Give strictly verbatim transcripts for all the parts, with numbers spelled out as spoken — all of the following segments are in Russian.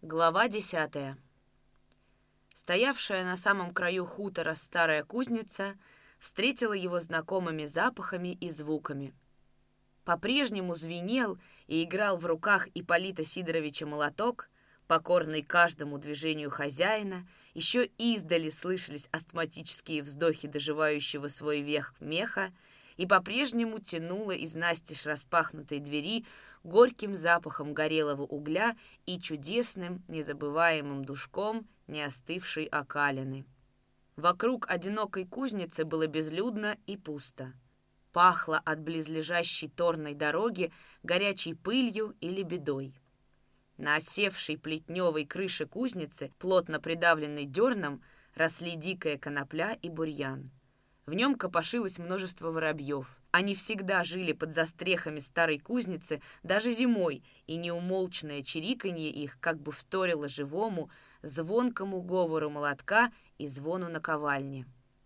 Глава десятая. Стоявшая на самом краю хутора старая кузница встретила его знакомыми запахами и звуками. По-прежнему звенел и играл в руках Ипполита Сидоровича молоток, покорный каждому движению хозяина. Еще издали слышались астматические вздохи доживающего свой век меха, и по-прежнему тянуло из настежь распахнутой двери горьким запахом горелого угля и чудесным, незабываемым душком неостывшей окалины. Вокруг одинокой кузницы было безлюдно и пусто. Пахло от близлежащей торной дороги горячей пылью и лебедой. На осевшей плетневой крыше кузницы, плотно придавленной дерном, росли дикая конопля и бурьян. В нем копошилось множество воробьев. Они всегда жили под застрехами старой кузницы, даже зимой, и неумолчное чириканье их как бы вторило живому, звонкому говору молотка и звону наковальни.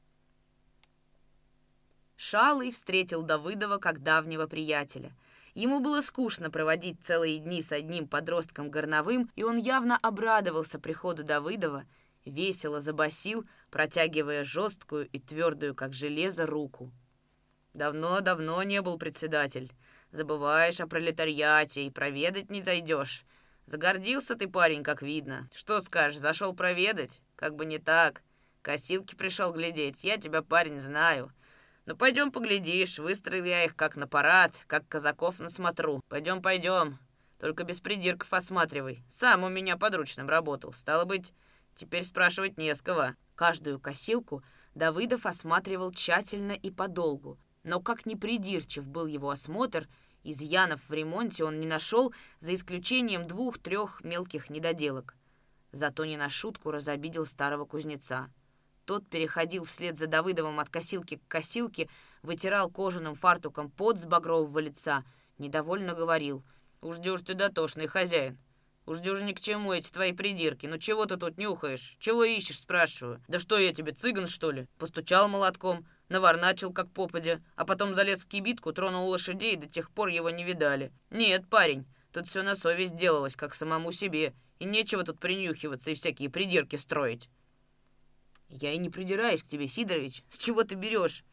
Шалый встретил Давыдова как давнего приятеля. Ему было скучно проводить целые дни с одним подростком горновым, и он явно обрадовался приходу Давыдова, весело забасил, протягивая жесткую и твердую, как железо, руку. «Давно-давно не был председатель. Забываешь о пролетариате и проведать не зайдешь. Загордился ты, парень, как видно. Что скажешь, зашел проведать? Как бы не так. Косилки пришел глядеть. Я тебя, парень, знаю. Ну, пойдем поглядишь. Выстроил я их как на парад, как казаков на смотру. Пойдем, пойдем. Только без придирков осматривай. Сам у меня подручным работал. Стало быть, теперь спрашивать не с кого». Каждую косилку Давыдов осматривал тщательно и подолгу, но как ни придирчив был его осмотр, изъянов в ремонте он не нашел, за исключением двух-трех мелких недоделок. Зато не на шутку разобидел старого кузнеца. Тот переходил вслед за Давыдовым от косилки к косилке, вытирал кожаным фартуком пот с багрового лица, недовольно говорил: «Уж дюж ты дотошный хозяин. Уж дюж ни к чему эти твои придирки. Ну чего ты тут нюхаешь? Чего ищешь, спрашиваю? Да что я тебе, цыган, что ли?» Постучал молотком, наварначил, как попадя, а потом залез в кибитку, тронул лошадей, и до тех пор его не видали. «Нет, парень, тут все на совесть делалось, как самому себе, и нечего тут принюхиваться и всякие придирки строить». «Я и не придираюсь к тебе, Сидорович. С чего ты берешь?»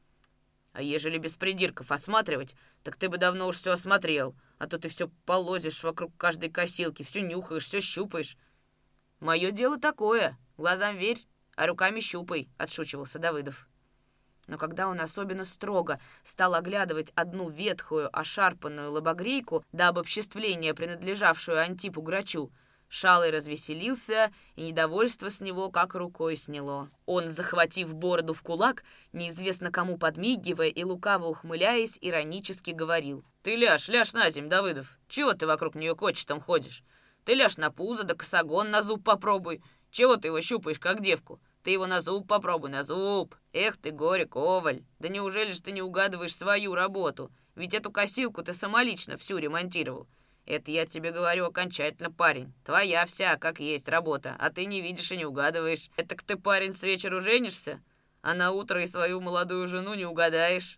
«А ежели без придирков осматривать, так ты бы давно уж все осмотрел, а то ты все полозишь вокруг каждой косилки, все нюхаешь, все щупаешь». «Мое дело такое. Глазам верь, а руками щупай», — отшучивался Давыдов. Но когда он особенно строго стал оглядывать одну ветхую, ошарпанную лобогрейку до обобществления, принадлежавшую Антипу Грачу, Шалый развеселился, и недовольство с него как рукой сняло. Он, захватив бороду в кулак, неизвестно кому подмигивая и лукаво ухмыляясь, иронически говорил: «Ты ляжь, ляжь на земь, Давыдов. Чего ты вокруг нее кочетом ходишь? Ты ляжь на пузо, да косогон на зуб попробуй. Чего ты его щупаешь, как девку? Ты его на зуб попробуй, на зуб. Эх ты, горе, коваль. Да неужели ж ты не угадываешь свою работу? Ведь эту косилку ты самолично всю ремонтировал. Это я тебе говорю окончательно, парень. Твоя вся, как есть, работа, а ты не видишь и не угадываешь. Это ты, парень, с вечера женишься, а на утро и свою молодую жену не угадаешь».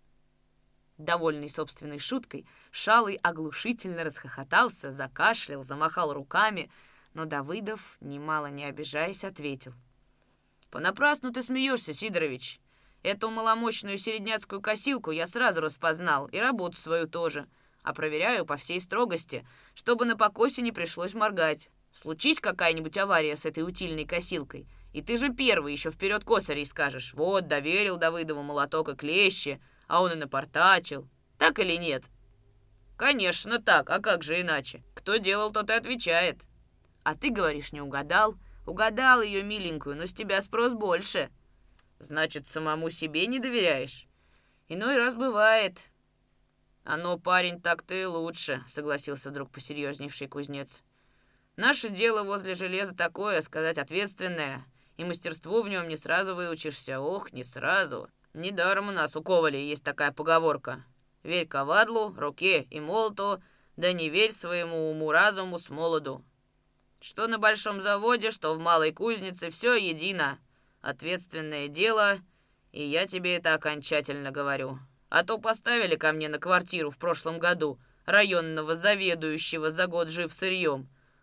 Довольный собственной шуткой, Шалый оглушительно расхохотался, закашлял, замахал руками, но Давыдов, немало не обижаясь, ответил: «Понапрасну ты смеешься, Сидорович. Эту маломощную середняцкую косилку я сразу распознал, и работу свою тоже. А проверяю по всей строгости, чтобы на покосе не пришлось моргать. Случись какая-нибудь авария с этой утильной косилкой, и ты же первый еще вперед косарей скажешь: вот, доверил Давыдову молоток и клещи, а он и напортачил. Так или нет?» «Конечно так, а как же иначе? Кто делал, тот и отвечает». «А ты говоришь, не угадал. Угадал ее, миленькую, но с тебя спрос больше». «Значит, самому себе не доверяешь?» «Иной раз бывает». «Оно, парень, так-то и лучше», — согласился вдруг посерьезневший кузнец. «Наше дело возле железа такое, сказать, ответственное, и мастерству в нем не сразу выучишься, ох, не сразу. Недаром у нас у Коваля есть такая поговорка: верь ковадлу, руке и молоту, да не верь своему уму-разуму с молоду. Что на большом заводе, что в малой кузнице, все едино. Ответственное дело, и я тебе это окончательно говорю. А то поставили ко мне на квартиру в прошлом году районного заведующего за год жив сырьем.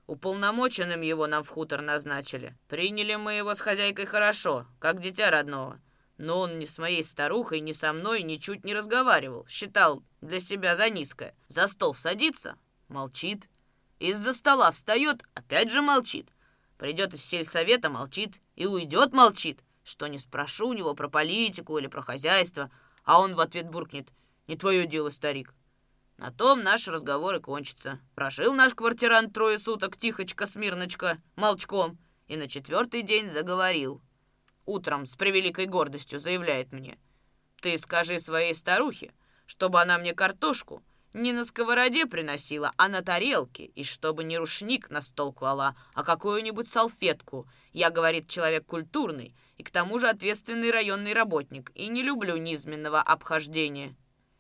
Уполномоченным его нам в хутор назначили. Приняли мы его с хозяйкой хорошо, как дитя родного. Но он ни с моей старухой, ни со мной ничуть не разговаривал. Считал для себя за низкое. За стол садится — молчит. Из-за стола встает — опять же молчит. Придет из сельсовета — молчит. И уйдет — молчит. Что не спрошу у него про политику или про хозяйство, а он в ответ буркнет: «Не твое дело, старик». На том наш разговор и кончится. Прожил наш квартирант трое суток тихочка-смирночка, молчком, и на четвертый день заговорил. Утром с превеликой гордостью заявляет мне: «Ты скажи своей старухе, чтобы она мне картошку не на сковороде приносила, а на тарелке, и чтобы не рушник на стол клала, а какую-нибудь салфетку. Я, говорит, человек культурный и к тому же ответственный районный работник, и не люблю низменного обхождения».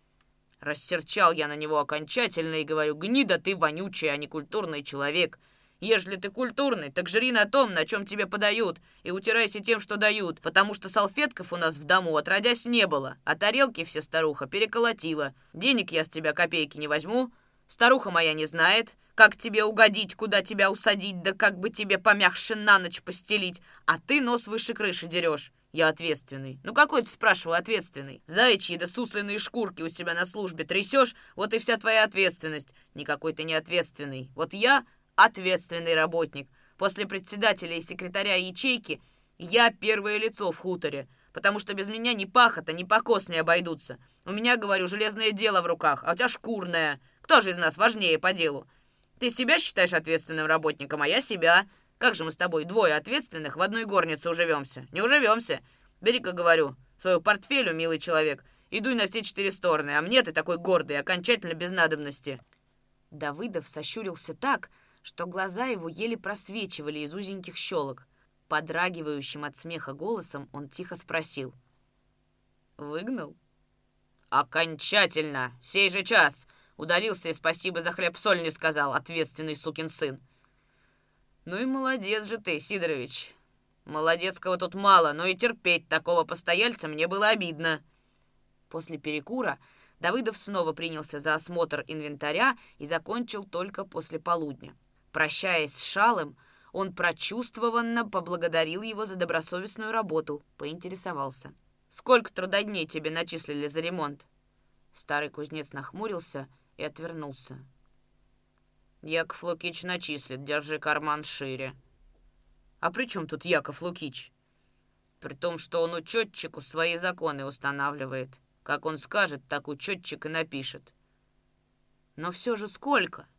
Рассерчал я на него окончательно и говорю: «Гнида ты вонючая, а не культурный человек. Ежели ты культурный, так жри на том, на чем тебе подают, и утирайся тем, что дают, потому что салфетков у нас в дому отродясь не было, а тарелки все старуха переколотила. Денег я с тебя копейки не возьму. Старуха моя не знает, как тебе угодить, куда тебя усадить, да как бы тебе помягче на ночь постелить, а ты нос выше крыши дерешь. Я ответственный. Ну какой ты, спрашиваю, ответственный? Заячьи да суслиные шкурки у себя на службе трясешь, вот и вся твоя ответственность. Никакой ты не ответственный. Вот я ответственный работник. После председателя и секретаря ячейки я первое лицо в хуторе, потому что без меня ни пахота, ни покос не обойдутся. У меня, говорю, железное дело в руках, а у тебя шкурное. Кто же из нас важнее по делу? Ты себя считаешь ответственным работником, а я себя. Как же мы с тобой, двое ответственных, в одной горнице уживемся? Не уживемся. Бери-ка, говорю, свою портфелю, милый человек, и дуй на все четыре стороны, а мне ты такой гордый, окончательно без надобности». Давыдов сощурился так, что глаза его еле просвечивали из узеньких щелок. Подрагивающим от смеха голосом он тихо спросил: «Выгнал?» «Окончательно! Сей же час! Удалился и спасибо за хлеб-соль не сказал, ответственный сукин сын!» «Ну и молодец же ты, Сидорович. Молодецкого тут мало, но и терпеть такого постояльца мне было обидно». После перекура Давыдов снова принялся за осмотр инвентаря и закончил только после полудня. Прощаясь с Шалым, он прочувствованно поблагодарил его за добросовестную работу, поинтересовался: «Сколько трудодней тебе начислили за ремонт?» Старый кузнец нахмурился и отвернулся. «Яков Лукич начислит, держи карман шире». «А при чем тут Яков Лукич?» «При том, что он учетчику свои законы устанавливает. Как он скажет, так учетчик и напишет». «Но все же сколько?»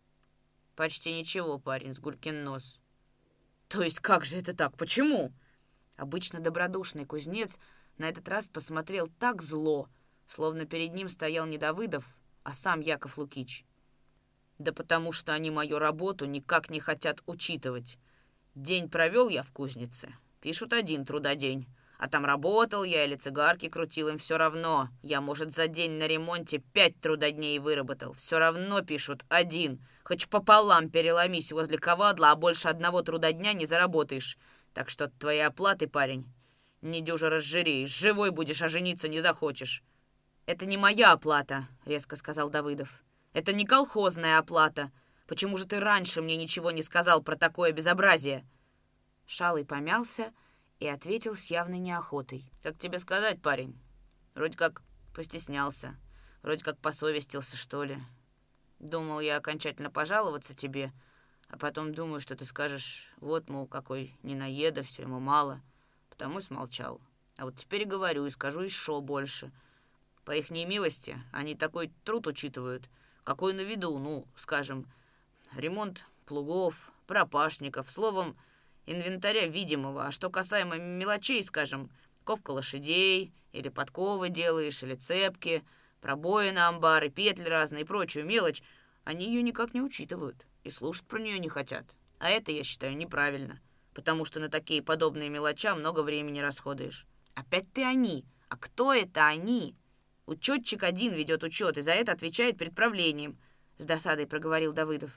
«Почти ничего, парень, с гулькин нос». «То есть как же это так? Почему?» Обычно добродушный кузнец на этот раз посмотрел так зло, словно перед ним стоял не Давыдов, а сам Яков Лукич. «Да потому что они мою работу никак не хотят учитывать. День провел я в кузнице, пишут один трудодень. А там работал я или цигарки крутил, им все равно. Я, может, за день на ремонте пять трудодней выработал. Все равно пишут один. Хоть пополам переломись возле ковадла, а больше одного трудодня не заработаешь. Так что от твоей оплаты, парень, не дюже разжиреешь. Живой будешь, а жениться не захочешь». «Это не моя оплата», — резко сказал Давыдов. «Это не колхозная оплата. Почему же ты раньше мне ничего не сказал про такое безобразие?» Шалый помялся и ответил с явной неохотой: «Как тебе сказать, парень? Вроде как постеснялся, вроде как посовестился, что ли. Думал я окончательно пожаловаться тебе, а потом думаю, что ты скажешь: вот, мол, какой ненаеда, все ему мало, потому и смолчал. А вот теперь и говорю, и скажу еще больше. По их немилости они такой труд учитывают, какой на виду, ну, скажем, ремонт плугов, пропашников, словом, инвентаря видимого. А что касаемо мелочей, скажем, ковка лошадей, или подковы делаешь, или цепки, пробои на амбары, петли разные и прочую мелочь, они ее никак не учитывают и слушать про нее не хотят. А это, я считаю, неправильно, потому что на такие подобные мелоча много времени расходуешь». «Опять ты они. А кто это они?» «Учетчик один ведет учет и за это отвечает перед правлением», — с досадой проговорил Давыдов.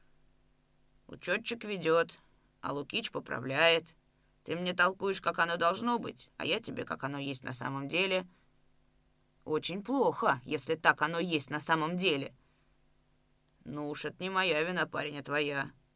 «Учетчик ведет, а Лукич поправляет. Ты мне толкуешь, как оно должно быть, а я тебе, как оно есть на самом деле». «Очень плохо, если так оно есть на самом деле». «Ну уж это не моя вина, парень, а твоя.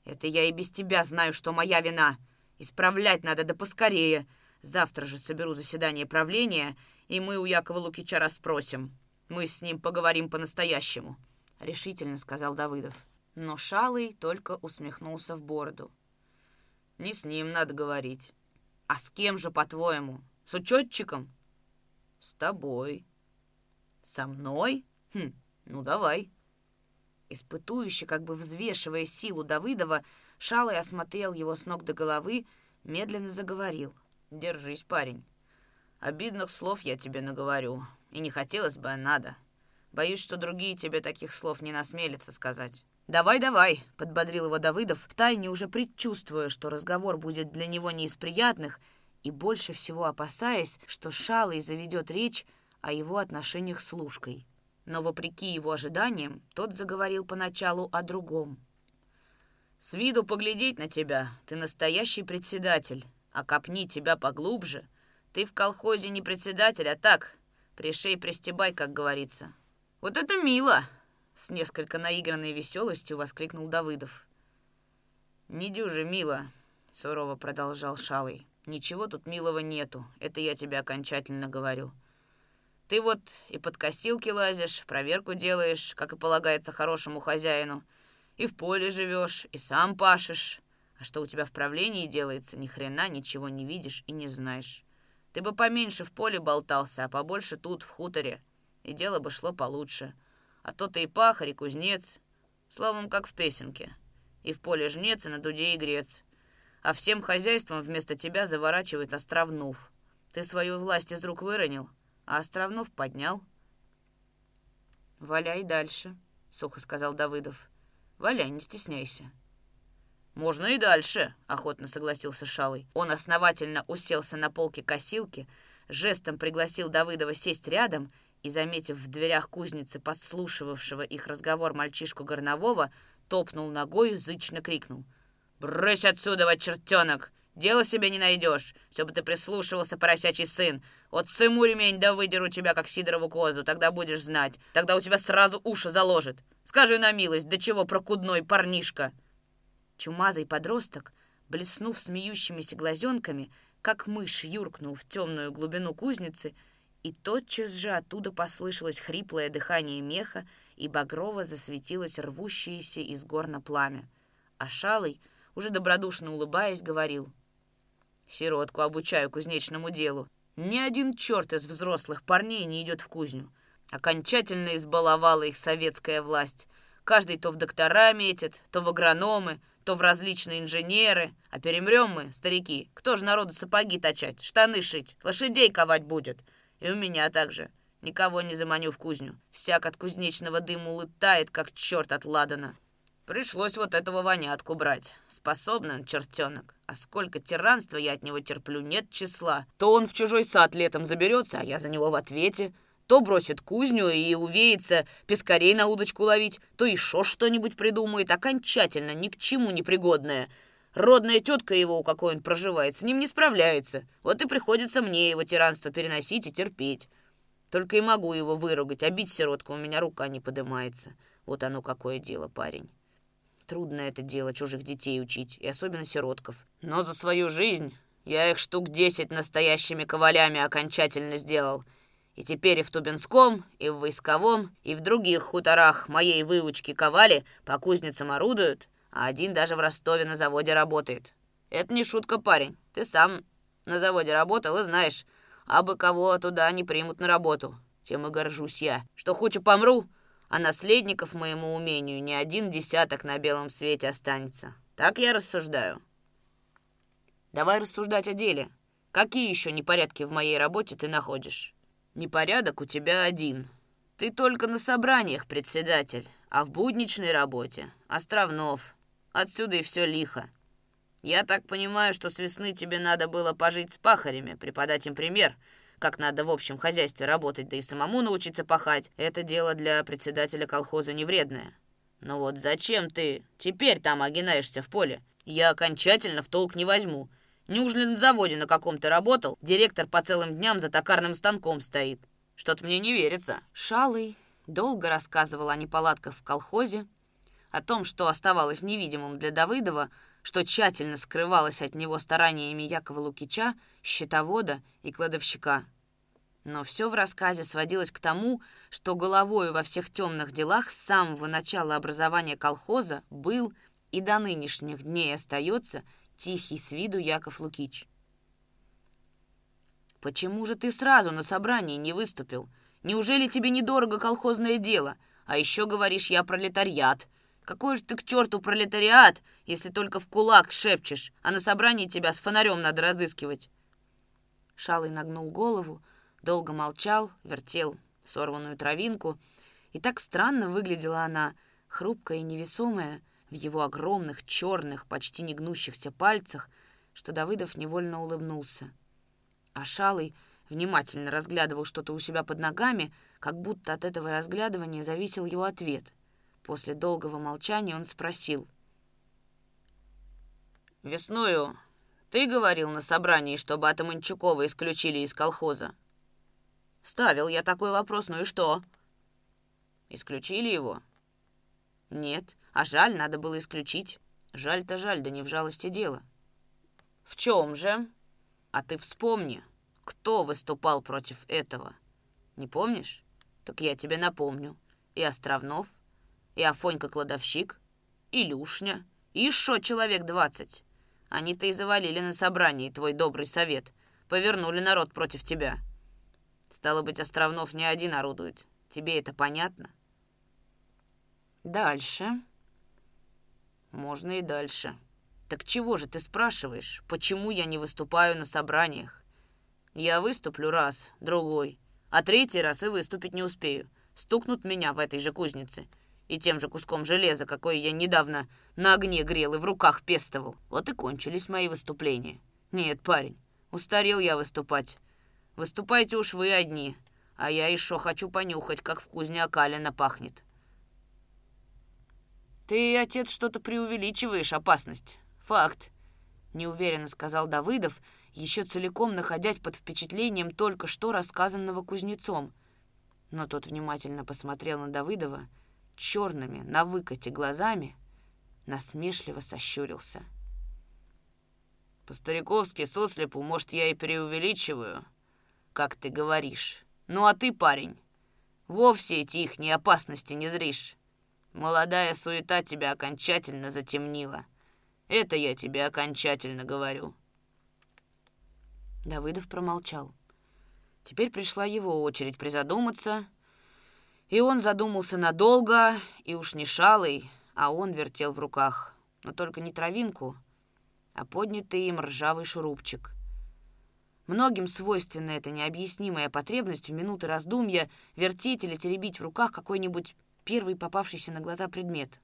Это я и без тебя знаю, что моя вина. Исправлять надо да поскорее. Завтра же соберу заседание правления, и мы у Якова Лукича расспросим. Мы с ним поговорим по-настоящему», — решительно сказал Давыдов. Но Шалый только усмехнулся в бороду. «Не с ним надо говорить. А с кем же, по-твоему? С учетчиком?» «С тобой». «Со мной? Хм, ну давай». Испытующе, как бы взвешивая силу Давыдова, Шалый осмотрел его с ног до головы, медленно заговорил. «Держись, парень. Обидных слов я тебе наговорю, и не хотелось бы, а надо. Боюсь, что другие тебе таких слов не насмелятся сказать». «Давай, давай», — подбодрил его Давыдов, втайне уже предчувствуя, что разговор будет для него не из приятных, и больше всего опасаясь, что Шалый заведет речь о его отношениях с Лушкой. Но, вопреки его ожиданиям, тот заговорил поначалу о другом. «С виду поглядеть на тебя, ты настоящий председатель, а копни тебя поглубже. Ты в колхозе не председатель, а так, пришей-пристебай, как говорится». «Вот это мило!» — с несколько наигранной веселостью воскликнул Давыдов. «Не дюже мило», — сурово продолжал Шалый. «Ничего тут милого нету, это я тебе окончательно говорю. Ты вот и под косилки лазишь, проверку делаешь, как и полагается хорошему хозяину, и в поле живешь, и сам пашешь. А что у тебя в правлении делается, ни хрена ничего не видишь и не знаешь. Ты бы поменьше в поле болтался, а побольше тут, в хуторе, и дело бы шло получше. А то ты и пахарь, и кузнец, словом, как в песенке. И в поле жнец, и на дуде игрец. А всем хозяйством вместо тебя заворачивает Островнов. Ты свою власть из рук выронил, а Островнов поднял». «Валяй дальше», — сухо сказал Давыдов. «Валяй, не стесняйся». «Можно и дальше», — охотно согласился Шалый. Он основательно уселся на полке косилки, жестом пригласил Давыдова сесть рядом и, заметив в дверях кузницы подслушивавшего их разговор мальчишку горнового, топнул ногой и зычно крикнул: «Брысь отсюда, вот чертенок! Дела себе не найдешь! Все бы ты прислушивался, поросячий сын! Вот сыму ремень да выдеру тебя, как сидорову козу, тогда будешь знать, тогда у тебя сразу уши заложит! Скажи на милость, до чего прокудной парнишка!» Чумазый подросток, блеснув смеющимися глазенками, как мышь юркнул в темную глубину кузницы, и тотчас же оттуда послышалось хриплое дыхание меха, и багрово засветилось рвущееся из горна пламя. А Шалый, уже добродушно улыбаясь, говорил: «Сиротку обучаю кузнечному делу. Ни один черт из взрослых парней не идет в кузню. Окончательно избаловала их советская власть. Каждый то в доктора метит, то в агрономы, то в различные инженеры. А перемрем мы, старики, кто же народу сапоги точать, штаны шить, лошадей ковать будет? И у меня также. Никого не заманю в кузню. Всяк от кузнечного дыма улетает, как черт от ладана. Пришлось вот этого вонятку брать. Способный он, чертенок. А сколько тиранства я от него терплю, нет числа. То он в чужой сад летом заберется, а я за него в ответе. То бросит кузню и увеется пескарей на удочку ловить, то еще что-нибудь придумает, окончательно ни к чему не пригодное. Родная тетка его, у какой он проживает, с ним не справляется. Вот и приходится мне его тиранство переносить и терпеть. Только и могу его выругать, а бить сиротку у меня рука не подымается. Вот оно какое дело, парень. Трудно это дело чужих детей учить, и особенно сиротков. Но за свою жизнь я их штук десять настоящими ковалями окончательно сделал. И теперь и в Тубинском, и в Войсковом, и в других хуторах моей выучки ковали по кузницам орудуют, а один даже в Ростове на заводе работает. Это не шутка, парень. Ты сам на заводе работал и знаешь, абы кого туда не примут на работу. Тем и горжусь я, что хоть и помру, а наследников моему умению не один десяток на белом свете останется. Так я рассуждаю. Давай рассуждать о деле. Какие еще непорядки в моей работе ты находишь? Непорядок у тебя один. Ты только на собраниях председатель, а в будничной работе Островнов. Отсюда и все лихо. Я так понимаю, что с весны тебе надо было пожить с пахарями, преподать им пример, как надо в общем хозяйстве работать, да и самому научиться пахать. Это дело для председателя колхоза невредное. Но вот зачем ты теперь там огинаешься в поле? Я окончательно в толк не возьму. Неужели на заводе на каком-то работал, директор по целым дням за токарным станком стоит? Что-то мне не верится». Шалый долго рассказывал о неполадках в колхозе, о том, что оставалось невидимым для Давыдова, что тщательно скрывалось от него стараниями Якова Лукича, счетовода и кладовщика. Но все в рассказе сводилось к тому, что головою во всех темных делах с самого начала образования колхоза был и до нынешних дней остается тихий с виду Яков Лукич. «Почему же ты сразу на собрании не выступил? Неужели тебе недорого колхозное дело? А еще говоришь, я пролетариат. Какой же ты к черту пролетариат, если только в кулак шепчешь, а на собрании тебя с фонарем надо разыскивать?» Шалый нагнул голову, долго молчал, вертел сорванную травинку, и так странно выглядела она, хрупкая и невесомая, в его огромных, черных, почти не гнущихся пальцах, что Давыдов невольно улыбнулся. А Шалый внимательно разглядывал что-то у себя под ногами, как будто от этого разглядывания зависел его ответ. После долгого молчания он спросил. «Весною ты говорил на собрании, чтобы Атаманчукова исключили из колхоза?» «Ставил я такой вопрос, ну и что?» «Исключили его?» «Нет, а жаль, надо было исключить. Жаль-то жаль, да не в жалости дело». «В чем же?» «А ты вспомни, кто выступал против этого. Не помнишь? Так я тебе напомню. И Островнов, и Афонька-кладовщик, и Люшня, и еще человек двадцать. Они-то и завалили на собрании твой добрый совет, повернули народ против тебя. Стало быть, Островнов не один орудует. Тебе это понятно?» «Дальше?» «Можно и дальше. Так чего же ты спрашиваешь, почему я не выступаю на собраниях? Я выступлю раз, другой, а третий раз и выступить не успею. Стукнут меня в этой же кузнице и тем же куском железа, какой я недавно на огне грел и в руках пестовал. Вот и кончились мои выступления. Нет, парень, устарел я выступать. Выступайте уж вы одни, а я еще хочу понюхать, как в кузне окалина пахнет». «Ты, отец, что-то преувеличиваешь опасность. Факт», — неуверенно сказал Давыдов, еще целиком находясь под впечатлением только что рассказанного кузнецом. Но тот внимательно посмотрел на Давыдова черными, на выкате глазами, насмешливо сощурился. «По-стариковски сослепу, может, я и преувеличиваю, как ты говоришь. Ну а ты, парень, вовсе эти ихние опасности не зришь. Молодая суета тебя окончательно затемнила. Это я тебе окончательно говорю». Давыдов промолчал. Теперь пришла его очередь призадуматься, и он задумался надолго, и уж не Шалый, а он вертел в руках, но только не травинку, а поднятый им ржавый шурупчик. Многим свойственна эта необъяснимая потребность в минуты раздумья вертеть или теребить в руках какой-нибудь первый попавшийся на глаза предмет.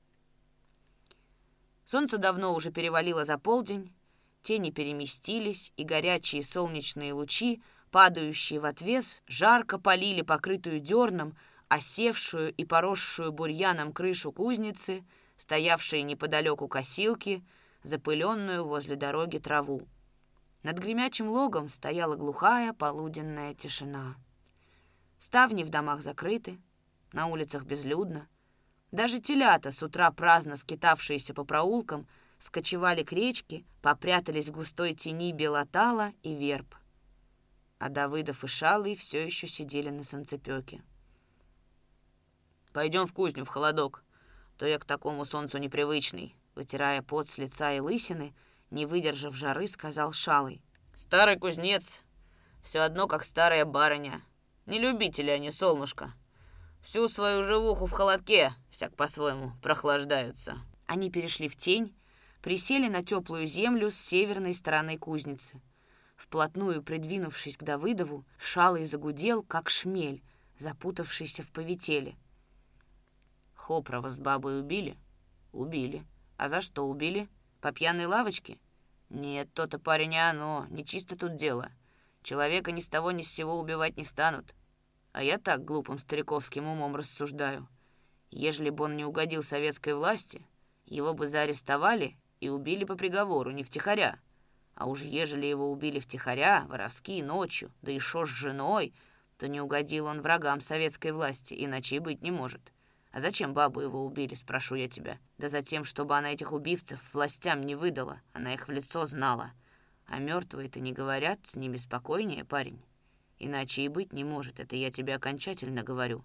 Солнце давно уже перевалило за полдень, тени переместились, и горячие солнечные лучи, падающие в отвес, жарко полили покрытую дерном, осевшую и поросшую бурьяном крышу кузницы, стоявшие неподалеку косилки, запыленную возле дороги траву. Над гремячим логом стояла глухая полуденная тишина. Ставни в домах закрыты, на улицах безлюдно. Даже телята, с утра праздно скитавшиеся по проулкам, скочевали к речке, попрятались в густой тени белотала и верб. А Давыдов и Шалый все еще сидели на санцепёке. «Пойдем в кузню, в холодок, то я к такому солнцу непривычный», вытирая пот с лица и лысины, не выдержав жары, сказал Шалый. «Старый кузнец, все одно как старая барыня. Не любители они солнышко. Всю свою живуху в холодке, всяк по-своему, прохлаждаются». Они перешли в тень, присели на теплую землю с северной стороны кузницы. Вплотную придвинувшись к Давыдову, Шалый загудел, как шмель, запутавшийся в повителе. «Хопрова с бабой убили?» «Убили. А за что убили? По пьяной лавочке?» «Нет, то-то, парень, не оно, не чисто тут дело. Человека ни с того ни с сего убивать не станут. А я так глупым стариковским умом рассуждаю. Ежели бы он не угодил советской власти, его бы заарестовали и убили по приговору, не втихаря. А уж ежели его убили втихаря, воровски, ночью, да еще с женой, то не угодил он врагам советской власти, иначе и быть не может. А зачем бабу его убили, спрошу я тебя? Да за тем, чтобы она этих убивцев властям не выдала. Она их в лицо знала. А мертвые-то не говорят, с ними спокойнее, парень. Иначе и быть не может, это я тебе окончательно говорю.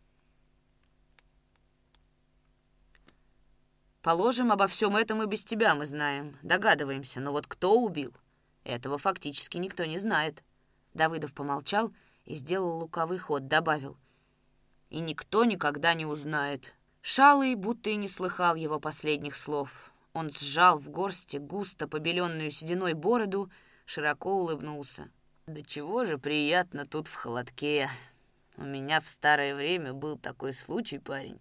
Положим, обо всем этом и без тебя мы знаем, догадываемся, но вот кто убил, этого фактически никто не знает. Давыдов помолчал и сделал лукавый ход, добавил. И никто никогда не узнает. Шалый будто и не слыхал его последних слов. Он сжал в горсти густо побеленную сединой бороду, широко улыбнулся. «Да чего же приятно тут в холодке. У меня в старое время был такой случай, парень.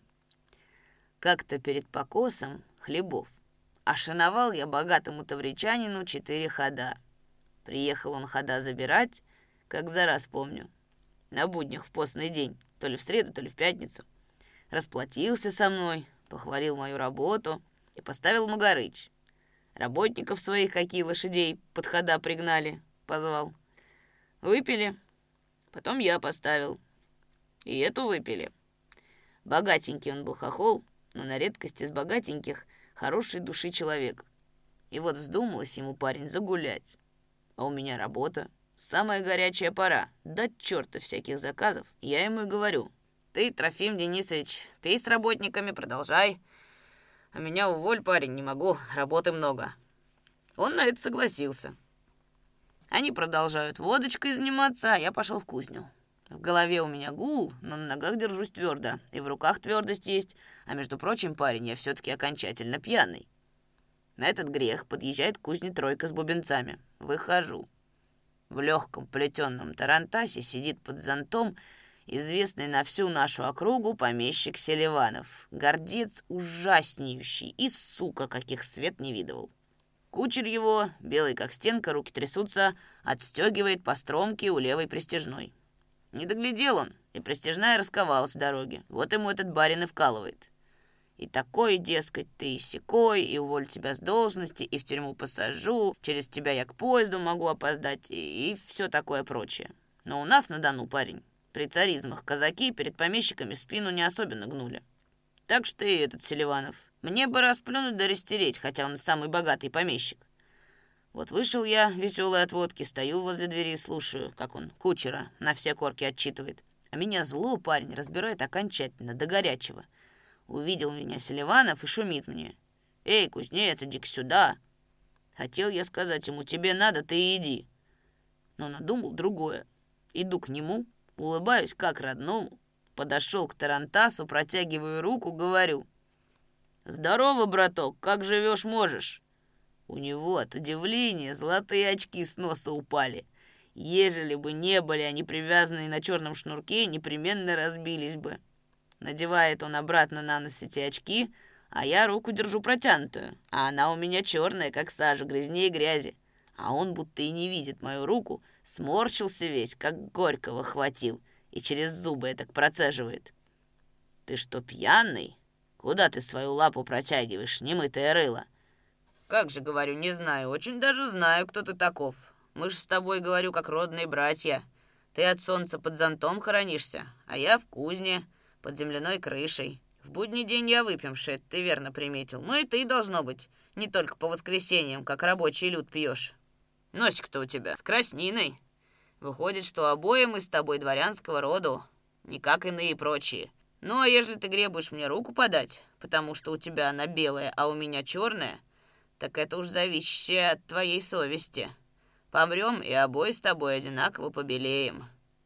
Как-то перед покосом хлебов ошиновал я богатому тавричанину четыре хода. Приехал он хода забирать, как за раз помню, на буднях в постный день, то ли в среду, то ли в пятницу. Расплатился со мной, похвалил мою работу и поставил Магарыч. Работников своих, какие лошадей под хода пригнали, позвал. Выпили, потом я поставил. И эту выпили. Богатенький он был хохол, но на редкость из богатеньких хорошей души человек. И вот вздумалось ему, парень, загулять. А у меня работа, самая горячая пора, до черта всяких заказов. Я ему и говорю: ты, Трофим Денисович, пей с работниками, продолжай. А меня уволь, парень, не могу, работы много. Он на это согласился. Они продолжают водочкой заниматься, а я пошел в кузню. В голове у меня гул, но на ногах держусь твердо, и в руках твердость есть. А между прочим, парень, я все-таки окончательно пьяный. На этот грех подъезжает к кузне тройка с бубенцами. Выхожу. В легком плетеном тарантасе сидит под зонтом известный на всю нашу округу помещик Селиванов. Гордец ужаснейший и сука, каких свет не видывал. Кучер его, белый как стенка, руки трясутся, отстегивает по стромке у левой пристяжной. Не доглядел он, и пристяжная расковалась в дороге. Вот ему этот барин и вкалывает. И такой, дескать, ты и сякой, и уволь тебя с должности, и в тюрьму посажу, через тебя я к поезду могу опоздать, и, и все такое прочее. Но у нас на Дону, парень, при царизмах казаки перед помещиками спину не особенно гнули. Так что и этот Селиванов. Мне бы расплюнуть да растереть, хотя он самый богатый помещик. Вот вышел я, веселый от водки, стою возле двери и слушаю, как он кучера на все корки отчитывает. А меня зло, парень, разбирает окончательно, до горячего. Увидел меня Селиванов и шумит мне. «Эй, кузнец, иди-ка сюда!» Хотел я сказать ему: тебе надо, ты иди. Но надумал другое. Иду к нему, улыбаюсь как родному, подошел к тарантасу, протягиваю руку, говорю: «Здорово, браток, как живешь можешь?» У него от удивления золотые очки с носа упали. Ежели бы не были они привязанные на черном шнурке, непременно разбились бы. Надевает он обратно на нос эти очки, а я руку держу протянутую, а она у меня черная, как сажа, грязнее грязи. А он будто и не видит мою руку, сморщился весь, как горького хватил, и через зубы этак процеживает. «Ты что, пьяный? Куда ты свою лапу протягиваешь, немытое рыло?» «Как же, говорю, не знаю, очень даже знаю, кто ты таков. Мы ж с тобой, говорю, как родные братья. Ты от солнца под зонтом хоронишься, а я в кузне, под земляной крышей. В будний день я выпьемши, это ты верно приметил. Ну и ты, должно быть, не только по воскресеньям, как рабочий люд пьешь. Носик-то у тебя с красниной. Выходит, что обои мы с тобой дворянского роду, не как иные прочие. Ну, а ежели ты гребуешь мне руку подать, потому что у тебя она белая, а у меня черная, так это уж зависящее от твоей совести. Помрем, и обои с тобой одинаково побелеем».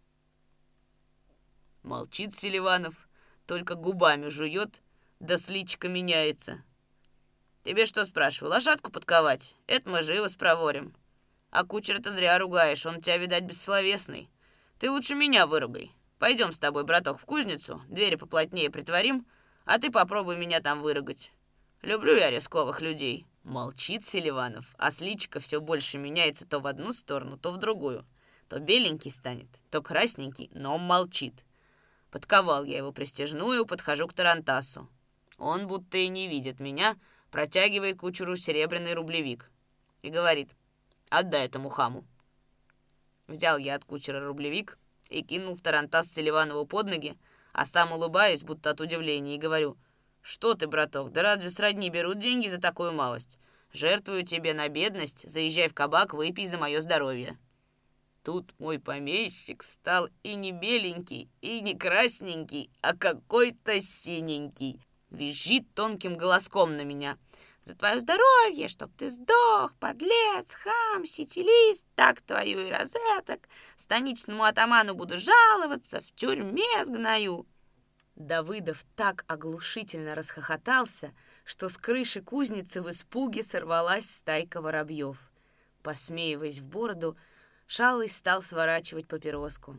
Молчит Селиванов, только губами жует, да с личика меняется. «Тебе что, спрашиваю, лошадку подковать? Это мы живо спроворим. А кучера-то зря ругаешь, он у тебя, видать, бессловесный. Ты лучше меня выругай. Пойдем с тобой, браток, в кузницу, двери поплотнее притворим, а ты попробуй меня там выругать. Люблю я рисковых людей». Молчит Селиванов, а с личика все больше меняется то в одну сторону, то в другую. То беленький станет, то красненький, но молчит. Подковал я его пристяжную, подхожу к тарантасу. Он будто и не видит меня, протягивает кучеру серебряный рублевик и говорит: «Отдай этому хаму». Взял я от кучера рублевик и кинул в тарантас Селиванову под ноги, А сам улыбаюсь, будто от удивления, и говорю: «Что ты, браток, да разве сродни берут деньги за такую малость? Жертвую тебе на бедность, заезжай в кабак, выпей за мое здоровье». Тут мой помещик стал и не беленький, и не красненький, а какой-то синенький. Визжит тонким голоском на меня: «За твое здоровье, чтоб ты сдох, подлец, хам, сетилист, так твою и розеток. Станичному атаману буду жаловаться, в тюрьме сгною». Давыдов так оглушительно расхохотался, что с крыши кузницы в испуге сорвалась стайка воробьев. Посмеиваясь в бороду, Шалый стал сворачивать папироску.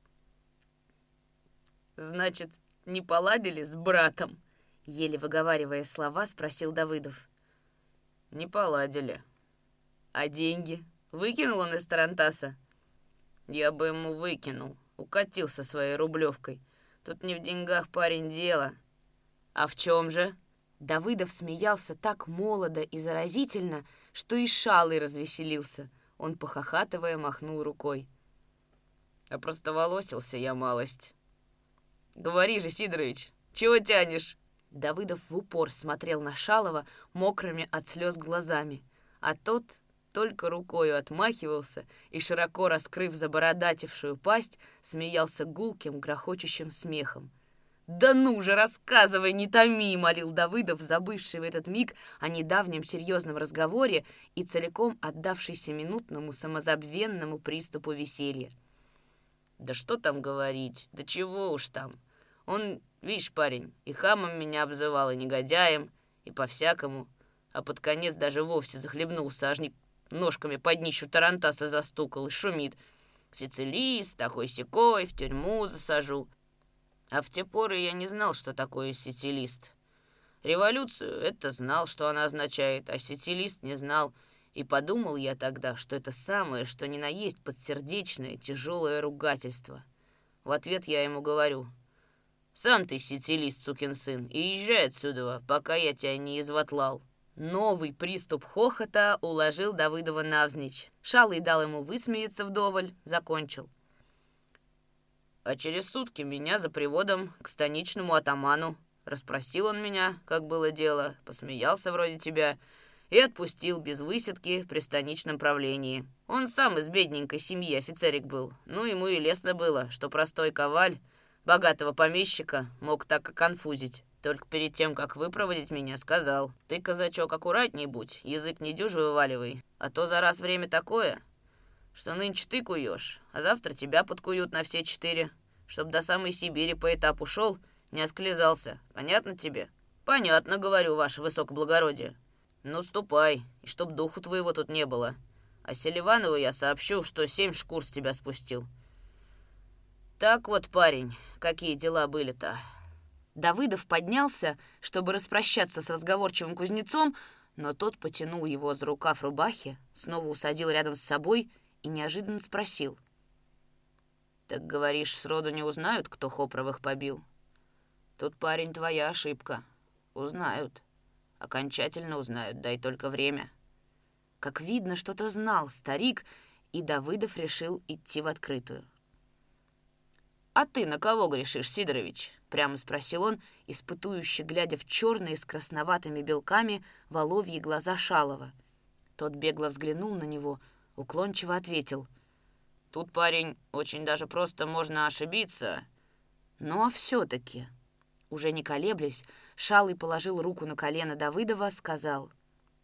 «Значит, не поладили с братом?» Еле выговаривая слова, спросил Давыдов. «Не поладили». «А деньги? Выкинул он из тарантаса?» «Я бы ему выкинул. Укатил со своей рублевкой. Тут не в деньгах, парень, дело». «А в чем же?» Давыдов смеялся так молодо и заразительно, что и Шалый развеселился. Он, похохатывая, махнул рукой. «А просто волосился я малость». «Говори же, Сидорович, чего тянешь?» Давыдов в упор смотрел на Шалова мокрыми от слез глазами, а тот только рукою отмахивался и, широко раскрыв забородатившую пасть, смеялся гулким, грохочущим смехом. «Да ну же, рассказывай, не томи!» — молил Давыдов, забывший в этот миг о недавнем серьезном разговоре и целиком отдавшийся минутному самозабвенному приступу веселья. «Да что там говорить? Да чего уж там? Он, видишь, парень, и хамом меня обзывал, и негодяем, и по-всякому, а под конец даже вовсе захлебнулся, аж не ножками под днищу тарантаса застукал и шумит: «Сицилист, такой-сякой, в тюрьму засажу». А в те поры я не знал, что такое сицилист. Революцию — это знал, что она означает, а сицилист не знал. И подумал я тогда, что это самое, что ни на есть подсердечное, тяжелое ругательство. В ответ я ему говорю: «Сам ты сицилист, сукин сын, и езжай отсюда, пока я тебя не изватлал». Новый приступ хохота уложил Давыдова навзничь. Шалый дал ему высмеяться вдоволь, закончил: «А через сутки меня за приводом к станичному атаману. Расспросил он меня, как было дело, посмеялся вроде тебя и отпустил без высидки при станичном правлении. Он сам из бедненькой семьи офицерик был, ну ему и лестно было, что простой коваль богатого помещика мог так оконфузить. Только перед тем, как выпроводить меня, сказал: ты, казачок, аккуратней будь, язык не дюж вываливай, а то за раз время такое, что нынче ты куешь, а завтра тебя подкуют на все четыре, чтоб до самой Сибири по этапу шел, не осклизался. Понятно тебе?» «Понятно, говорю, ваше высокоблагородие». «Ну, ступай, и чтоб духу твоего тут не было. А Селиванову я сообщу, что семь шкур с тебя спустил». Так вот, парень, какие дела были-то. Давыдов поднялся, чтобы распрощаться с разговорчивым кузнецом, но тот потянул его за рукав рубахи, снова усадил рядом с собой и неожиданно спросил: «Так, говоришь, сроду не узнают, кто Хопровых побил?» «Тут, парень, твоя ошибка. Узнают. Окончательно узнают, дай только время». Как видно, что-то знал старик, и Давыдов решил идти в открытую. «А ты на кого грешишь, Сидорович?» — прямо спросил он, испытующе глядя в черные с красноватыми белками воловьи глаза Шалова. Тот бегло взглянул на него, уклончиво ответил: «Тут, парень, очень даже просто можно ошибиться». «Ну а все-таки...» Уже не колеблясь, Шалый положил руку на колено Давыдова, сказал: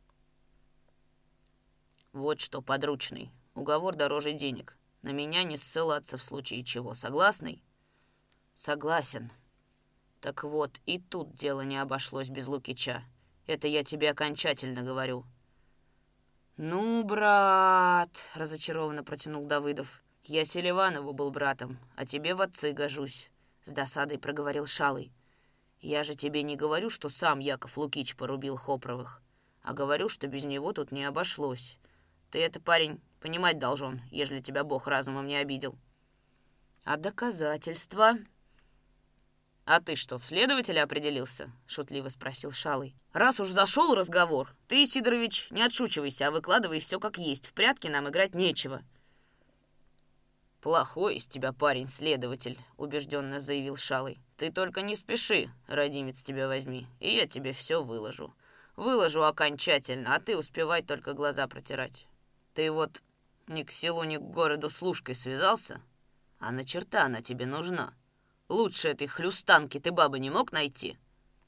«Вот что, подручный, уговор дороже денег. На меня не ссылаться в случае чего. Согласный?» «Согласен». «Так вот, и тут дело не обошлось без Лукича. Это я тебе окончательно говорю». «Ну, брат», — разочарованно протянул Давыдов, — «я Селиванову был братом, а тебе в отцы гожусь», — с досадой проговорил Шалый. «Я же тебе не говорю, что сам Яков Лукич порубил Хопровых, а говорю, что без него тут не обошлось. Ты это, парень, понимать должен, ежели тебя Бог разумом не обидел». «А доказательства?» «А ты что, в следователя определился?» — шутливо спросил Шалый. «Раз уж зашел разговор, ты, Сидорович, не отшучивайся, а выкладывай все как есть. В прятки нам играть нечего». «Плохой из тебя парень-следователь», — убежденно заявил Шалый. «Ты только не спеши, родимец тебя возьми, и я тебе все выложу. Выложу окончательно, а ты успевай только глаза протирать. Ты вот ни к селу, ни к городу с Лужкой связался, а на черта она тебе нужна. Лучше этой хлюстанки ты бабы не мог найти?»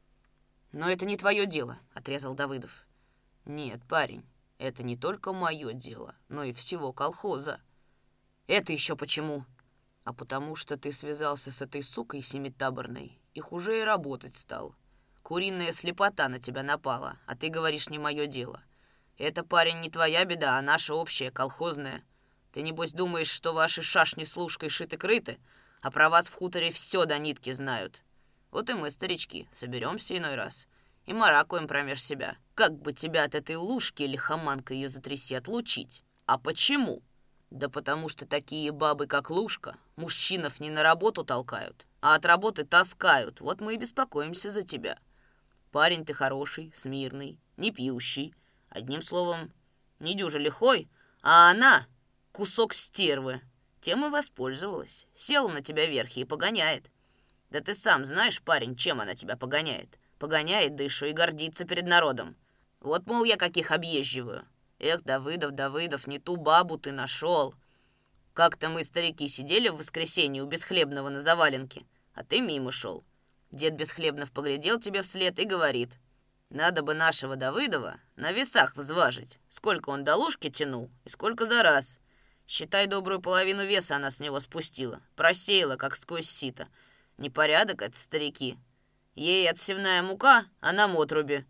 «Но это не твое дело», — отрезал Давыдов. «Нет, парень, это не только мое дело, но и всего колхоза». «Это еще почему?» «А потому что ты связался с этой сукой семитаборной и хуже и работать стал. Куриная слепота на тебя напала, а ты говоришь, не мое дело. Это, парень, не твоя беда, а наша общая, колхозная. Ты, небось, думаешь, что ваши шашни с Лужкой шиты-крыты, а про вас в хуторе все до нитки знают. Вот и мы, старички, соберемся иной раз и маракуем промеж себя. Как бы тебя от этой Лужки, лихоманка ее затряси, отлучить? А почему? Да потому что такие бабы, как Лужка, мужчинов не на работу толкают, а от работы таскают. Вот мы и беспокоимся за тебя. Парень ты хороший, смирный, не пьющий. Одним словом, не дюже лихой, а она кусок стервы. Тем и воспользовалась. Села на тебя верхи и погоняет. Да ты сам знаешь, парень, чем она тебя погоняет. Погоняет, да еще и гордится перед народом. Вот, мол, я каких объезживаю. Эх, Давыдов, Давыдов, не ту бабу ты нашел. Как-то мы, старики, сидели в воскресенье у Бесхлебного на заваленке, а ты мимо шел. Дед Бесхлебнов поглядел тебе вслед и говорит: надо бы нашего Давыдова на весах взважить, сколько он до Лужки тянул и сколько за раз. Считай, добрую половину веса она с него спустила, просеяла, как сквозь сито. Непорядок это, старики. Ей отсевная мука, а нам отруби.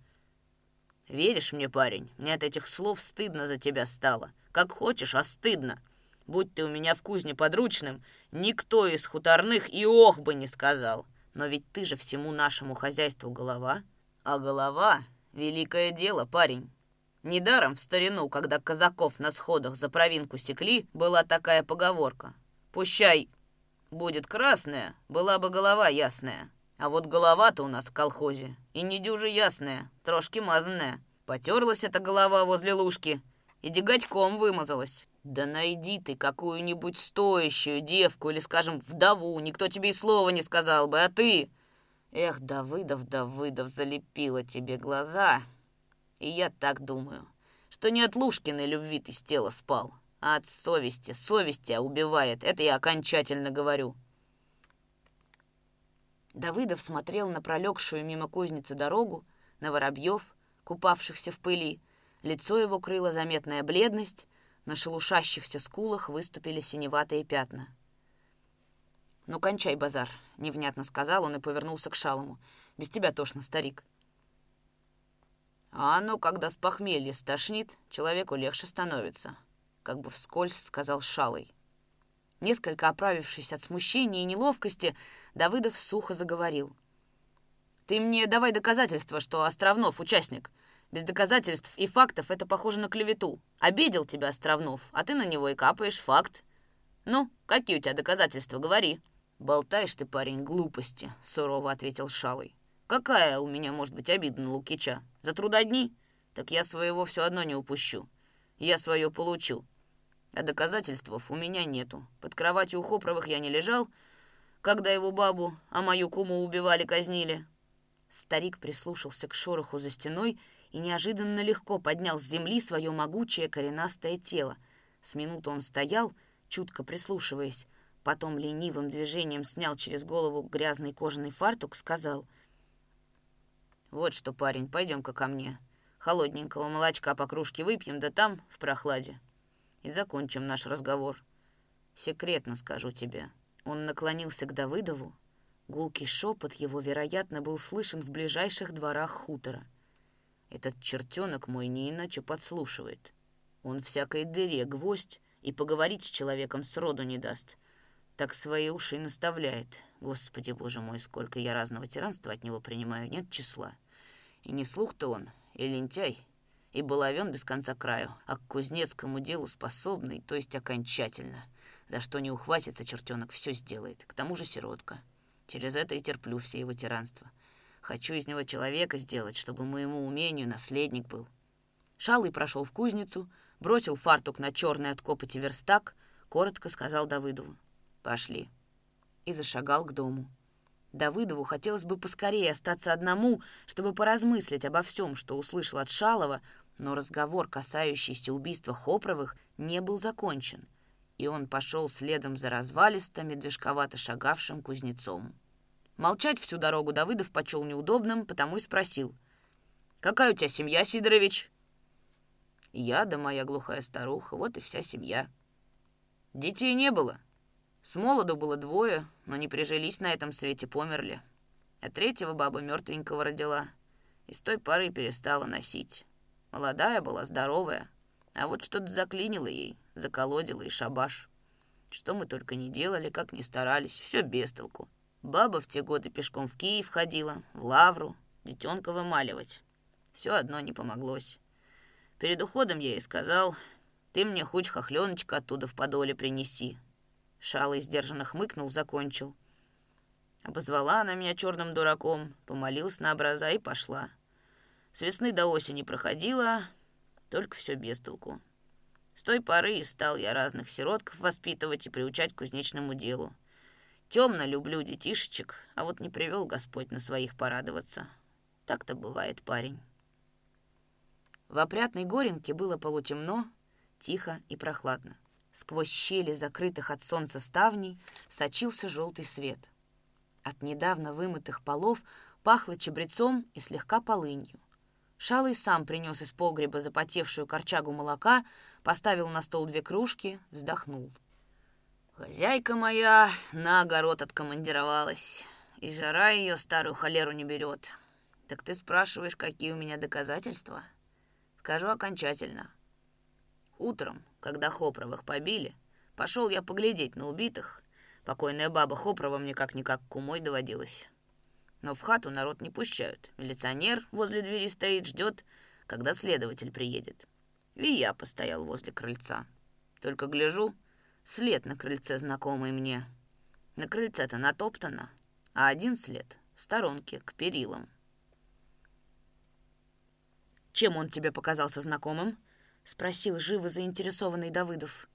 Веришь мне, парень, мне от этих слов стыдно за тебя стало. Как хочешь, а стыдно. Будь ты у меня в кузне подручным, никто из хуторных и ох бы не сказал. Но ведь ты же всему нашему хозяйству голова. А голова — великое дело, парень. Недаром в старину, когда казаков на сходах за провинку секли, была такая поговорка. Пущай будет красная, была бы голова ясная. А вот голова-то у нас в колхозе и не дюже ясная, трошки мазанная. Потерлась эта голова возле Лужки и деготьком вымазалась. Да найди ты какую-нибудь стоящую девку или, скажем, вдову, никто тебе и слова не сказал бы, а ты... Эх, Давыдов, Давыдов, залепила тебе глаза. И я так думаю, что не от Лужкиной любви ты с тела спал, а от совести. Совесть тебя убивает, это я окончательно говорю. Давыдов смотрел на пролегшую мимо кузницы дорогу, на воробьев, купавшихся в пыли. Лицо его крыла заметная бледность, на шелушащихся скулах выступили синеватые пятна. «Ну, кончай базар», — невнятно сказал он и повернулся к Шалому. «Без тебя тошно, старик». «А оно, когда с похмелья стошнит, человеку легче становится», — как бы вскользь сказал Шалый. Несколько оправившись от смущения и неловкости, Давыдов сухо заговорил. «Ты мне давай доказательства, что Островнов участник. Без доказательств и фактов это похоже на клевету. Обидел тебя Островнов, а ты на него и капаешь факт. Ну, какие у тебя доказательства, говори». «Болтаешь ты, парень, глупости», — сурово ответил Шалый. «Какая у меня может быть обида на Лукича? За трудодни? Так я своего все одно не упущу. Я свое получу. А доказательств у меня нету. Под кроватью у Хопровых я не лежал, когда его бабу, а мою куму убивали, казнили». Старик прислушался к шороху за стеной и неожиданно легко поднял с земли свое могучее коренастое тело. С минуту он стоял, чутко прислушиваясь, потом ленивым движением снял через голову грязный кожаный фартук, сказал: «Вот что, парень, пойдем-ка ко мне. Холодненького молочка по кружке выпьем, да там, в прохладе. И закончим наш разговор. Секретно скажу тебе». Он наклонился к Давыдову. Гулкий шепот его, вероятно, был слышен в ближайших дворах хутора. «Этот чертенок мой не иначе подслушивает. Он всякой дыре гвоздь и поговорить с человеком сроду не даст. Так свои уши и наставляет. Господи, боже мой, сколько я разного тиранства от него принимаю, нет числа. И не слух-то он, и лентяй, и баловен без конца краю, а к кузнецкому делу способный, то есть окончательно. За что не ухватится чертенок, все сделает. К тому же сиротка. Через это и терплю все его тиранства. Хочу из него человека сделать, чтобы моему умению наследник был». Шалый прошел в кузницу, бросил фартук на черный от копоти верстак, коротко сказал Давыдову. «Пошли». И зашагал к дому. Давыдову хотелось бы поскорее остаться одному, чтобы поразмыслить обо всем, что услышал от Шалова, но разговор, касающийся убийства Хопровых, не был закончен, и он пошел следом за развалистым, медвежковато шагавшим кузнецом. Молчать всю дорогу Давыдов почел неудобным, потому и спросил. «Какая у тебя семья, Сидорович?» «Я да моя глухая старуха, вот и вся семья». «Детей не было?» «С молоду было двое, но не прижились на этом свете, померли. А третьего баба мертвенького родила, и с той поры перестала носить. Молодая была, здоровая, а вот что-то заклинило ей, заколодило и шабаш. Что мы только не делали, как ни старались, все без толку. Баба в те годы пешком в Киев ходила, в Лавру, детенка вымаливать. Все одно не помоглось. Перед уходом я ей сказал, ты мне хоть хохленочка оттуда в подоле принеси». Шалый сдержанно хмыкнул, закончил. Обозвала она меня черным дураком, помолилась на образа и пошла. С весны до осени проходила, только все без толку. С той поры и стал я разных сиротков воспитывать и приучать к кузнечному делу. Темно люблю детишечек, а вот не привел Господь на своих порадоваться. Так-то бывает, парень. В опрятной Горенке было полутемно, тихо и прохладно. Сквозь щели закрытых от солнца ставней сочился желтый свет. От недавно вымытых полов пахло чабрецом и слегка полынью. Шалый сам принес из погреба запотевшую корчагу молока, поставил на стол две кружки, вздохнул. «Хозяйка моя на огород откомандировалась, и жара ее старую холеру не берет. Так ты спрашиваешь, какие у меня доказательства? Скажу окончательно. Утром, когда Хопровых побили, пошел я поглядеть на убитых. Покойная баба Хопрова мне как-никак кумой доводилась. Но в хату народ не пущают. Милиционер возле двери стоит, ждет, когда следователь приедет. И я постоял возле крыльца. Только гляжу, след на крыльце знакомый мне. На крыльце-то натоптано, а один след в сторонке, к перилам. «Чем он тебе показался знакомым?» — спросил живо заинтересованный Давыдов.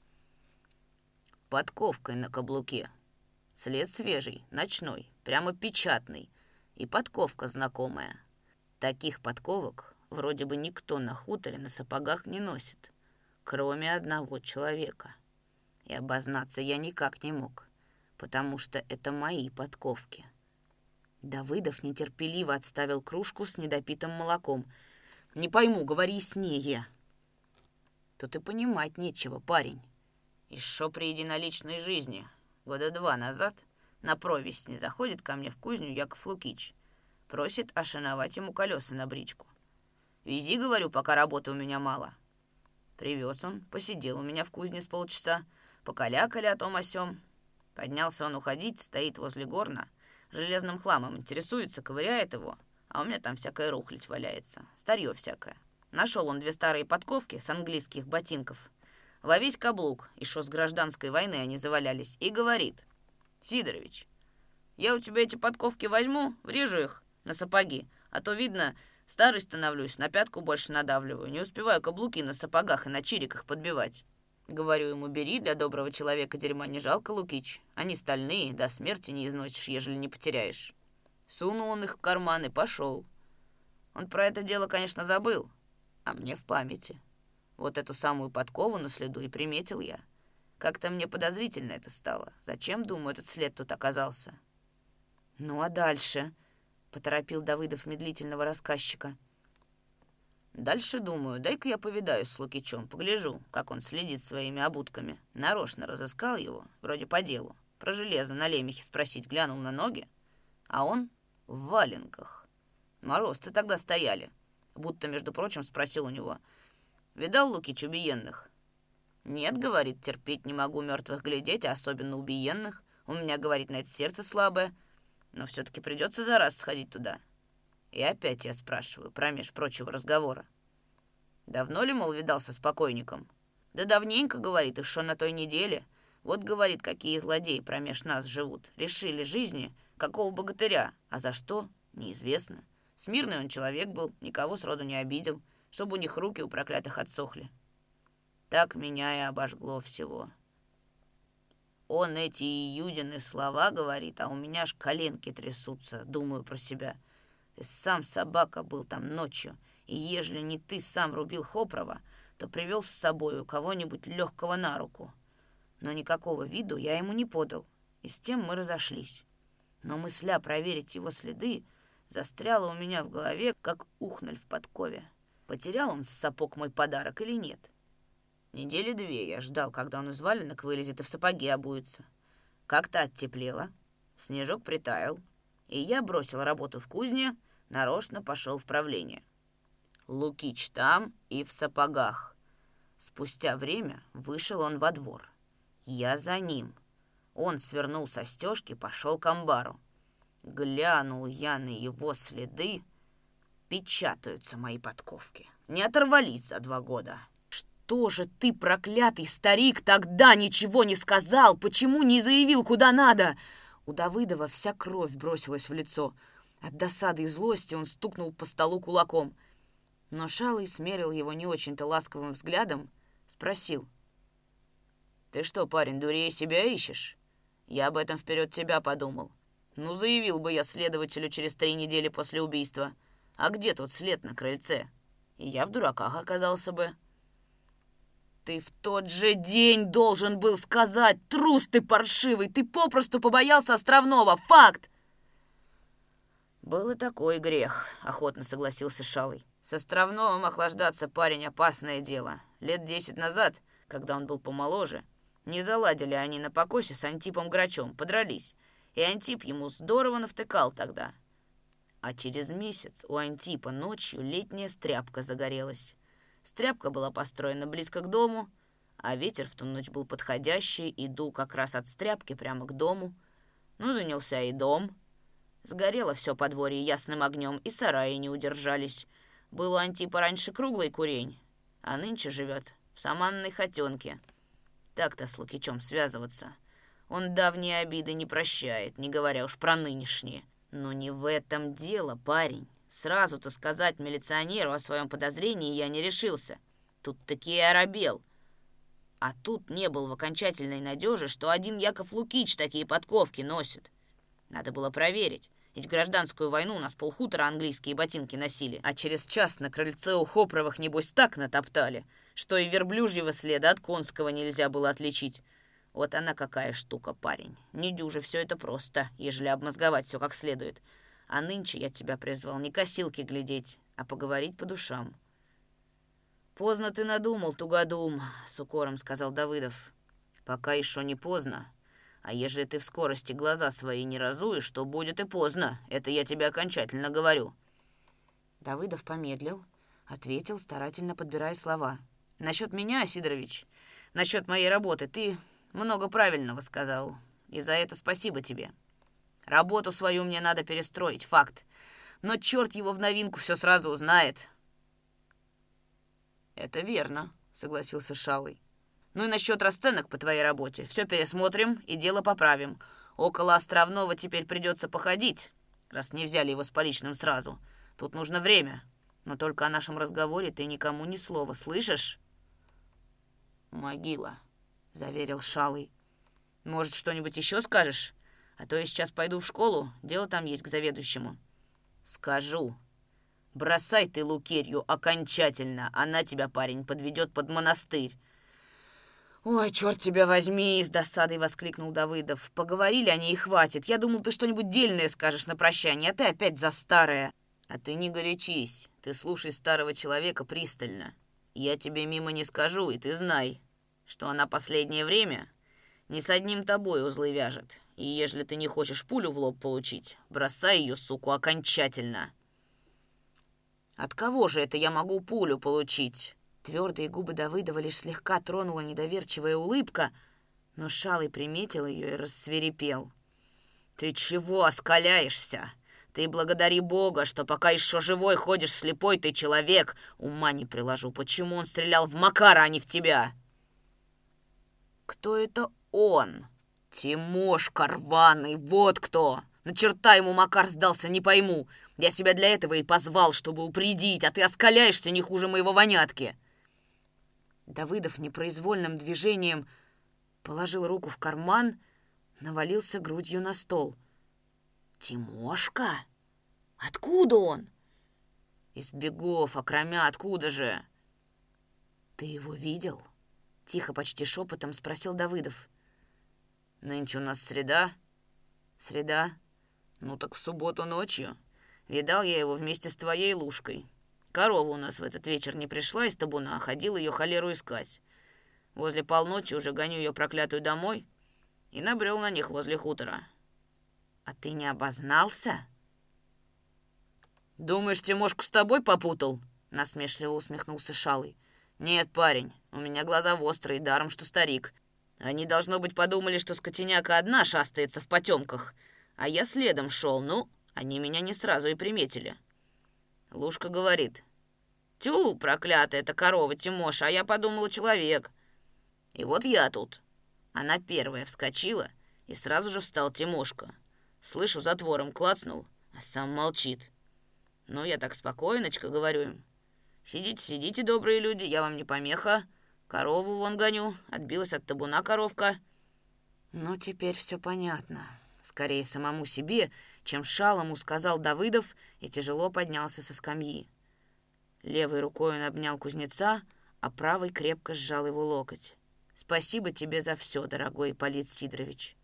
«Подковкой на каблуке. След свежий, ночной, прямо печатный. И подковка знакомая. Таких подковок вроде бы никто на хуторе на сапогах не носит, кроме одного человека. И обознаться я никак не мог, потому что это мои подковки». Давыдов нетерпеливо отставил кружку с недопитым молоком. «Не пойму, говори яснее». «Тут и понимать нечего, парень. Еще при единоличной жизни, года два назад, на провесне заходит ко мне в кузню Яков Лукич. Просит ошиновать ему колеса на бричку. Вези, говорю, пока работы у меня мало. Привез он, посидел у меня в кузне с полчаса, покалякали о том о сём. Поднялся он уходить, стоит возле горна, железным хламом интересуется, ковыряет его, а у меня там всякая рухлядь валяется, старье всякое. Нашел он две старые подковки с английских ботинков, во весь каблук, еще с гражданской войны они завалялись, и говорит: «Сидорович, я у тебя эти подковки возьму, врежу их на сапоги, а то, видно, старый становлюсь, на пятку больше надавливаю, не успеваю каблуки на сапогах и на чириках подбивать». Говорю ему: «Бери, для доброго человека дерьма не жалко, Лукич, они стальные, до смерти не износишь, ежели не потеряешь». Сунул он их в карман и пошел. Он про это дело, конечно, забыл, а мне в памяти. Вот эту самую подкову на следу и приметил я. Как-то мне подозрительно это стало. Зачем, думаю, этот след тут оказался? «Ну а дальше?» — поторопил Давыдов медлительного рассказчика. «Дальше, думаю, дай-ка я повидаюсь с Лукичом, погляжу, как он следит своими обутками. Нарочно разыскал его, вроде по делу. Про железо на лемехе спросить, глянул на ноги. А он в валенках. Морозцы тогда стояли. Будто, между прочим, спросил у него: «Видал, Лукич, убиенных?» «Нет, — говорит, — терпеть не могу мертвых глядеть, а особенно убиенных. У меня, — говорит, — на это сердце слабое. Но все-таки придется за раз сходить туда». И опять я спрашиваю, промеж прочего разговора: «Давно ли, мол, видался с покойником?» «Да давненько, — говорит, — еще на той неделе. Вот, — говорит, — какие злодеи промеж нас живут. Решили жизни какого богатыря, а за что — неизвестно. Смирный он человек был, никого сроду не обидел, чтобы у них руки у проклятых отсохли». Так меня и обожгло всего. Он эти Юдины слова говорит, а у меня аж коленки трясутся, думаю про себя. Ты сам собака был там ночью, и ежели не ты сам рубил Хопрова, то привел с собой у кого-нибудь легкого на руку. Но никакого виду я ему не подал, и с тем мы разошлись. Но мысля проверить его следы застряла у меня в голове, как ухноль в подкове. Потерял он с сапог мой подарок или нет? Недели две я ждал, когда он из валенок вылезет и в сапоги обуется. Как-то оттеплело, снежок притаял, и я бросил работу в кузне, нарочно пошел в правление. Лукич там и в сапогах. Спустя время вышел он во двор. Я за ним. Он свернул со стежки, пошел к амбару. Глянул я на его следы. Печатаются мои подковки. Не оторвались за два года. Что же ты, проклятый старик, тогда ничего не сказал? Почему не заявил, куда надо? У Давыдова вся кровь бросилась в лицо. От досады и злости он стукнул по столу кулаком. Но Шалый смерил его не очень-то ласковым взглядом, спросил. «Ты что, парень, дурее себя ищешь? Я об этом вперед тебя подумал. Ну, заявил бы я следователю через три недели после убийства. А где тут след на крыльце? И я в дураках оказался бы». «Ты в тот же день должен был сказать, трус ты паршивый! Ты попросту побоялся Островного! Факт!» «Был и такой грех», — охотно согласился Шалый. «С Островновым охлаждаться, парень, опасное дело. Лет десять назад, когда он был помоложе, не заладили они на покосе с Антипом Грачом, подрались, и Антип ему здорово навтыкал тогда. А через месяц у Антипа ночью летняя стряпка загорелась. Стряпка была построена близко к дому, а ветер в ту ночь был подходящий и дул как раз от стряпки прямо к дому. Ну, занялся и дом. Сгорело все подворье ясным огнем, и сараи не удержались. Был у Антипа раньше круглый курень, а нынче живет в саманной хотенке. Так-то с Лукичом связываться. Он давние обиды не прощает, не говоря уж про нынешние. Но не в этом дело, парень. Сразу-то сказать милиционеру о своем подозрении я не решился. Тут таки и оробел. А тут не был в окончательной надеже, что один Яков Лукич такие подковки носит. Надо было проверить. Ведь в гражданскую войну у нас полхутора английские ботинки носили, а через час на крыльце у Хопровых, небось, так натоптали, что и верблюжьего следа от конского нельзя было отличить. Вот она какая штука, парень. Не дюже все это просто, ежели обмозговать все как следует. А нынче я тебя призвал не косилки глядеть, а поговорить по душам. «Поздно ты надумал, тугодум», — с укором сказал Давыдов. «Пока еще не поздно. А ежели ты в скорости глаза свои не разуешь, то будет и поздно. Это я тебе окончательно говорю». Давыдов помедлил, ответил, старательно подбирая слова. «Насчет меня, Сидорович, насчет моей работы ты много правильного сказал, и за это спасибо тебе. Работу свою мне надо перестроить, факт. Но черт его в новинку все сразу узнает». «Это верно», — согласился Шалый. «Ну и насчет расценок по твоей работе. Все пересмотрим и дело поправим. Около Островного теперь придется походить, раз не взяли его с поличным сразу. Тут нужно время. Но только о нашем разговоре ты никому ни слова, слышишь?» «Могила», — заверил Шалый. «Может, что-нибудь еще скажешь? А то я сейчас пойду в школу, дело там есть к заведующему». «Скажу. Бросай ты Лукерью окончательно. Она тебя, парень, подведет под монастырь». «Ой, черт тебя возьми!» — с досадой воскликнул Давыдов. «Поговорили они и хватит. Я думал, ты что-нибудь дельное скажешь на прощание, а ты опять за старое». «А ты не горячись. Ты слушай старого человека пристально. Я тебе мимо не скажу, и ты знай, что она последнее время не с одним тобой узлы вяжет. И ежели ты не хочешь пулю в лоб получить, бросай ее, суку, окончательно». «От кого же это я могу пулю получить?» Твердые губы Давыдова лишь слегка тронула недоверчивая улыбка, но Шалый приметил ее и рассвирепел. «Ты чего оскаляешься? Ты благодари Бога, что пока еще живой ходишь слепой ты человек. Ума не приложу, почему он стрелял в Макара, а не в тебя?» «Кто это он?» «Тимошка рваный, вот кто! На черта ему Макар сдался, не пойму. Я тебя для этого и позвал, чтобы упредить, а ты оскаляешься не хуже моего вонятки». Давыдов непроизвольным движением положил руку в карман, навалился грудью на стол. «Тимошка? Откуда он?» «Из бегов, окромя, откуда же?» «Ты его видел?» — тихо, почти шепотом спросил Давыдов. «Нынче у нас среда?» «Среда? Ну так в субботу ночью. Видал я его вместе с твоей Лушкой. Корова у нас в этот вечер не пришла из табуна, а ходил ее холеру искать. Возле полночи уже гоню ее проклятую домой и набрел на них возле хутора». «А ты не обознался?» «Думаешь, Тимошку с тобой попутал?» — насмешливо усмехнулся Шалый. «Нет, парень, у меня глаза вострые, даром что старик. Они, должно быть, подумали, что скотиняка одна шастается в потемках, а я следом шел, ну, они меня не сразу и приметили». Лушка говорит: «Тю, проклятая эта корова Тимоша, а я подумала, человек». И вот я тут. Она первая вскочила, и сразу же встал Тимошка. Слышу, затвором клацнул, а сам молчит. Ну, я так спокойночко говорю им: «Сидите, сидите, добрые люди, я вам не помеха. Корову вон гоню, отбилась от табуна коровка». Ну, теперь все понятно. Скорее самому себе, чем Шалому, сказал Давыдов и тяжело поднялся со скамьи. Левой рукой он обнял кузнеца, а правой крепко сжал его локоть. «Спасибо тебе за все, дорогой Ипполит Сидорович».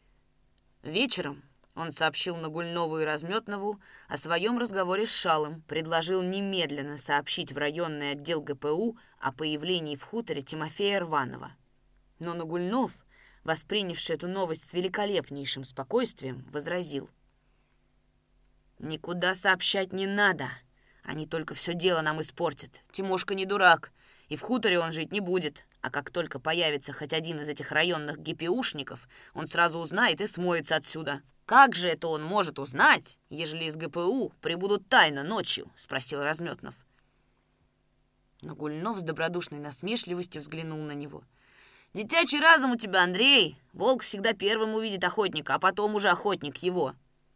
Вечером он сообщил Нагульнову и Разметнову о своем разговоре с Шалым, предложил немедленно сообщить в районный отдел гэ пэ у о появлении в хуторе Тимофея Рванова. Но Нагульнов, воспринявший эту новость с великолепнейшим спокойствием, возразил: «Никуда сообщать не надо. Они только все дело нам испортят. Тимошка не дурак, и в хуторе он жить не будет. А как только появится хоть один из этих районных гэ пэ ушников, он сразу узнает и смоется отсюда». «Как же это он может узнать, ежели из гэ пэ у прибудут тайно ночью?» — спросил Разметнов. Нагульнов с добродушной насмешливостью взглянул на него. «Детячий разум у тебя, Андрей. Волк всегда первым увидит охотника, а потом уже охотник его».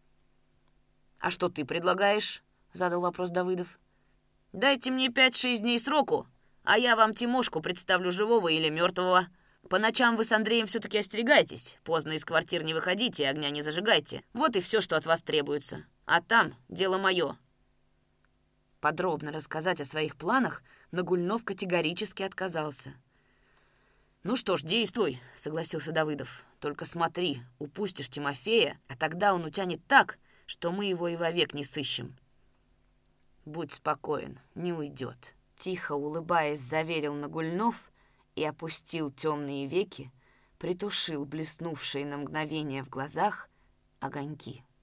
«А что ты предлагаешь?» — задал вопрос Давыдов. «Дайте мне пять-шесть дней сроку, а я вам Тимошку представлю живого или мертвого. По ночам вы с Андреем все-таки остерегайтесь, поздно из квартир не выходите и огня не зажигайте. Вот и все, что от вас требуется. А там дело мое». Подробно рассказать о своих планах Нагульнов категорически отказался. «Ну что ж, действуй», — согласился Давыдов. «Только смотри, упустишь Тимофея, а тогда он утянет так, что мы его и вовек не сыщем». «Будь спокоен, не уйдет», — тихо улыбаясь, заверил Нагульнов и опустил темные веки, притушил блеснувшие на мгновение в глазах огоньки.